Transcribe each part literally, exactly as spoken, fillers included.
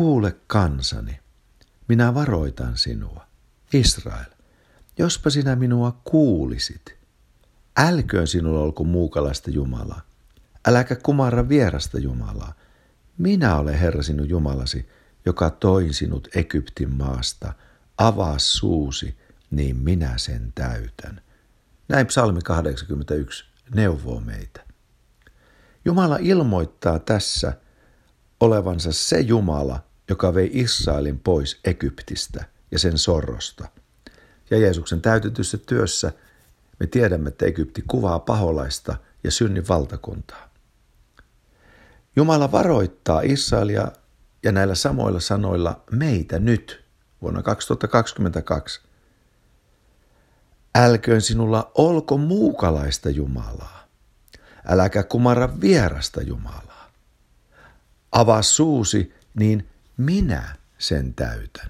kuule kansani, minä varoitan sinua. Israel, jospa sinä minua kuulisit. Älköön sinulla olko muukalaista Jumalaa. Äläkä kumarra vierasta Jumalaa. Minä olen Herra sinun Jumalasi, joka toin sinut Egyptin maasta. Avaa suusi, niin minä sen täytän. Näin psalmi kahdeksankymmentäyksi neuvoo meitä. Jumala ilmoittaa tässä olevansa se Jumala, joka vei Israelin pois Egyptistä ja sen sorrosta. Ja Jeesuksen täytetyssä työssä me tiedämme, että Egypti kuvaa paholaista ja synnin valtakuntaa. Jumala varoittaa Israelia ja näillä samoilla sanoilla meitä nyt vuonna kaksituhattakaksikymmentäkaksi. Älköön sinulla olko muukalaista Jumalaa. Äläkä kumarra vierasta Jumalaa. Avaa suusi, niin minä sen täytän.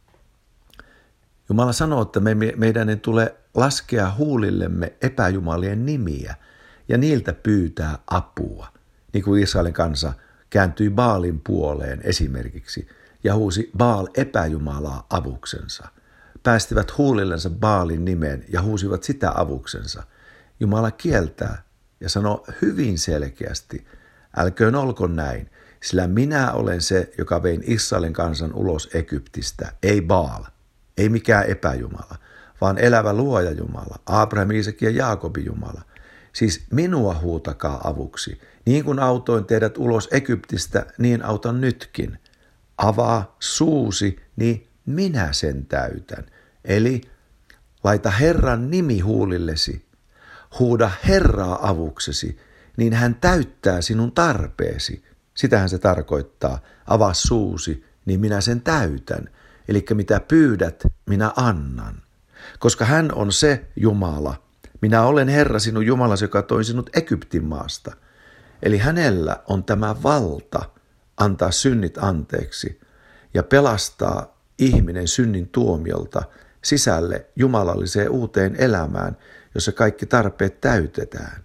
Jumala sanoo, että me, meidän ei tule laskea huulillemme epäjumalien nimiä ja niiltä pyytää apua. Niin kuin Israelin kansa kääntyi Baalin puoleen esimerkiksi ja huusi Baal epäjumalaa avuksensa. Päästivät huulillensa Baalin nimen ja huusivat sitä avuksensa. Jumala kieltää ja sanoo hyvin selkeästi, älköön olko näin, sillä minä olen se, joka vein Israelin kansan ulos Egyptistä, ei Baal, ei mikään epäjumala, vaan elävä luoja Jumala, Abraham, Iisak ja Jaakobin Jumala. Siis minua huutakaa avuksi. Niin kuin autoin teidät ulos Egyptistä, niin autan nytkin. Avaa suusi, niin minä sen täytän. Eli laita Herran nimi huulillesi. Huuda Herraa avuksesi, niin hän täyttää sinun tarpeesi. Sitähän se tarkoittaa. Avaa suusi, niin minä sen täytän. Eli mitä pyydät, minä annan. Koska hän on se Jumala. Minä olen Herra sinun Jumalasi, joka toi sinut Egyptin maasta. Eli hänellä on tämä valta antaa synnit anteeksi ja pelastaa ihminen synnin tuomiolta sisälle jumalalliseen uuteen elämään, jossa kaikki tarpeet täytetään.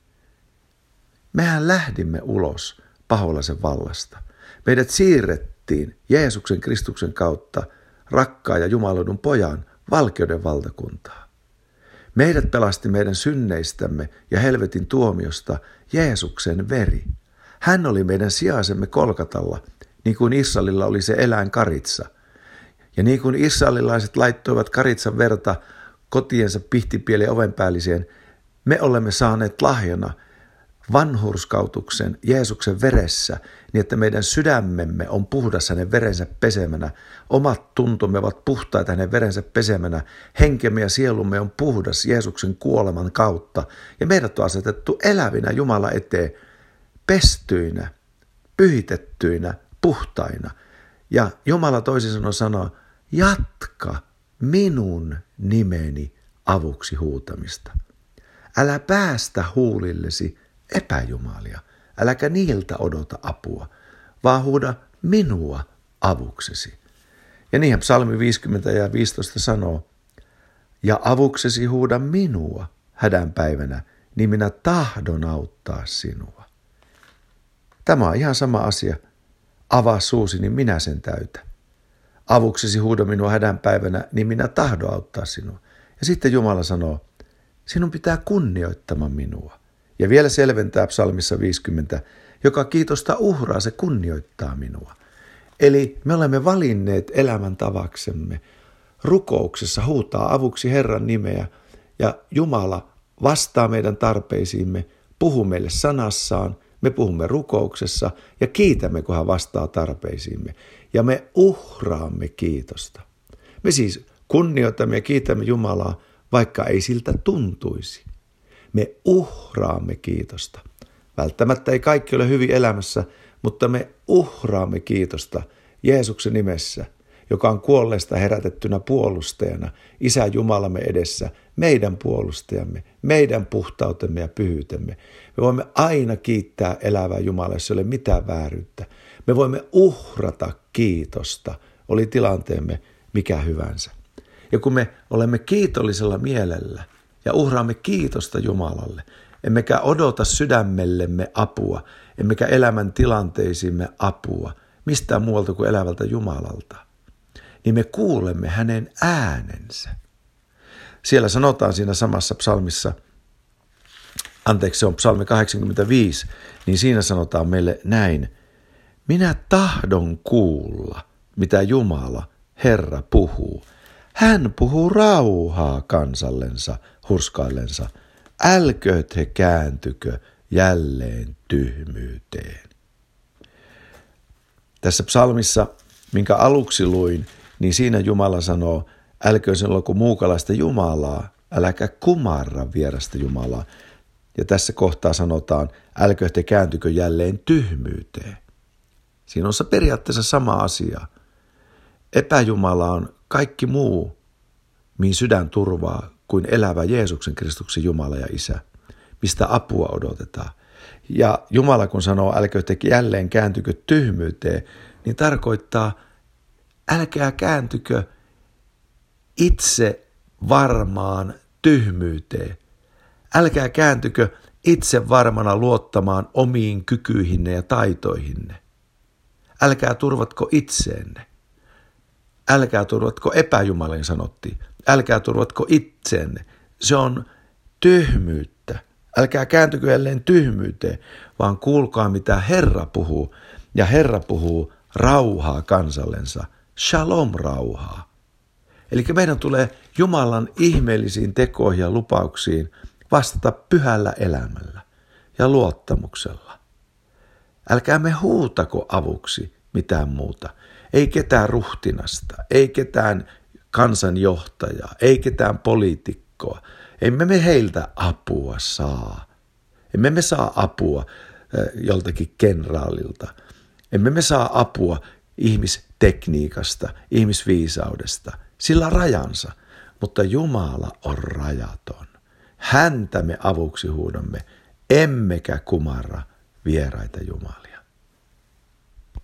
Mehän lähdimme ulos paholaisen vallasta. Meidät siirrettiin Jeesuksen Kristuksen kautta rakkaan ja jumaloidun pojan valkeuden valtakuntaa. Meidät pelasti meidän synneistämme ja helvetin tuomiosta Jeesuksen veri. Hän oli meidän sijaisemme Kolkatalla, niin kuin Israelilla oli se eläin karitsa. Ja niin kuin israelilaiset laittoivat karitsan verta kotiensa pihtipielen ovenpäälliseen, me olemme saaneet lahjana vanhurskautuksen Jeesuksen veressä, niin että meidän sydämemme on puhdas hänen verensä pesemänä, omat tuntomme ovat puhtaita hänen verensä pesemänä, henkemme ja sielumme on puhdas Jeesuksen kuoleman kautta, ja meidät on asetettu elävinä Jumala eteen, pestyinä, pyhitettyinä, puhtaina. Ja Jumala toisin sanoen sanoo, jatka minun nimeni avuksi huutamista. Älä päästä huulillesi epäjumalia, äläkä niiltä odota apua, vaan huuda minua avuksesi. Ja niinhän psalmi viisikymmentä ja viisitoista sanoo, ja avuksesi huuda minua hädän päivänä, niin minä tahdon auttaa sinua. Tämä on ihan sama asia. Avaa suusi, niin minä sen täytän. Avuksesi huuda minua hädän päivänä, niin minä tahdon auttaa sinua. Ja sitten Jumala sanoo, sinun pitää kunnioittamaan minua. Ja vielä selventää psalmissa viisikymmentä, joka kiitosta uhraa, se kunnioittaa minua. Eli me olemme valinneet elämän tavaksemme rukouksessa huutaa avuksi Herran nimeä ja Jumala vastaa meidän tarpeisiimme, puhuu meille sanassaan, me puhumme rukouksessa ja kiitämme, kun hän vastaa tarpeisiimme. Ja me uhraamme kiitosta. Me siis kunnioitamme ja kiitämme Jumalaa, vaikka ei siltä tuntuisi. Me uhraamme kiitosta. Välttämättä ei kaikki ole hyvin elämässä, mutta me uhraamme kiitosta Jeesuksen nimessä, joka on kuolleesta herätettynä puolustajana, Isä Jumalamme edessä, meidän puolustajamme, meidän puhtautemme ja pyhyytemme. Me voimme aina kiittää elävää Jumalaa, jos ei ole mitään vääryyttä. Me voimme uhrata kiitosta, oli tilanteemme mikä hyvänsä. Ja kun me olemme kiitollisella mielellä ja uhraamme kiitosta Jumalalle, emmekä odota sydämellemme apua, emmekä elämän tilanteisiimme apua, mistään muualta kuin elävältä Jumalalta, niin me kuulemme hänen äänensä. Siellä sanotaan siinä samassa psalmissa, anteeksi se on psalmi kahdeksankymmentäviisi, niin siinä sanotaan meille näin: minä tahdon kuulla, mitä Jumala, Herra, puhuu. Hän puhuu rauhaa kansallensa, hurskaillensa. Älkööt he kääntykö jälleen tyhmyyteen. Tässä psalmissa, minkä aluksi luin, niin siinä Jumala sanoo, älköön sen olko muukalaista Jumalaa, äläkä kumarra vierasta Jumalaa. Ja tässä kohtaa sanotaan, älkööt he kääntykö jälleen tyhmyyteen. Siinä on se periaatteessa sama asia. Epäjumala on kaikki muu, mihin sydän turvaa, kuin elävä Jeesuksen Kristuksen Jumala ja Isä, mistä apua odotetaan. Ja Jumala kun sanoo, älkööt te jälleen kääntykö tyhmyyteen, niin tarkoittaa, älkää kääntykö itse varmaan tyhmyyteen. Älkää kääntykö itse varmana luottamaan omiin kykyihinne ja taitoihinne. Älkää turvatko itseenne. Älkää turvatko epäjumalin sanottiin. Älkää turvatko itseenne. Se on tyhmyyttä. Älkää kääntykö jälleen tyhmyyteen, vaan kuulkaa mitä Herra puhuu. Ja Herra puhuu rauhaa kansallensa. Shalom rauhaa. Eli meidän tulee Jumalan ihmeellisiin tekoihin ja lupauksiin vastata pyhällä elämällä ja luottamuksella. Älkää me huutako avuksi mitään muuta. Ei ketään ruhtinasta, ei ketään kansanjohtajaa, ei ketään poliitikkoa. Emme me heiltä apua saa. Emme me saa apua joltakin kenraalilta. Emme me saa apua ihmistekniikasta, ihmisviisaudesta. Sillä on rajansa, mutta Jumala on rajaton. Häntä me avuksi huudamme, emmekä kumarra vieraita jumalia.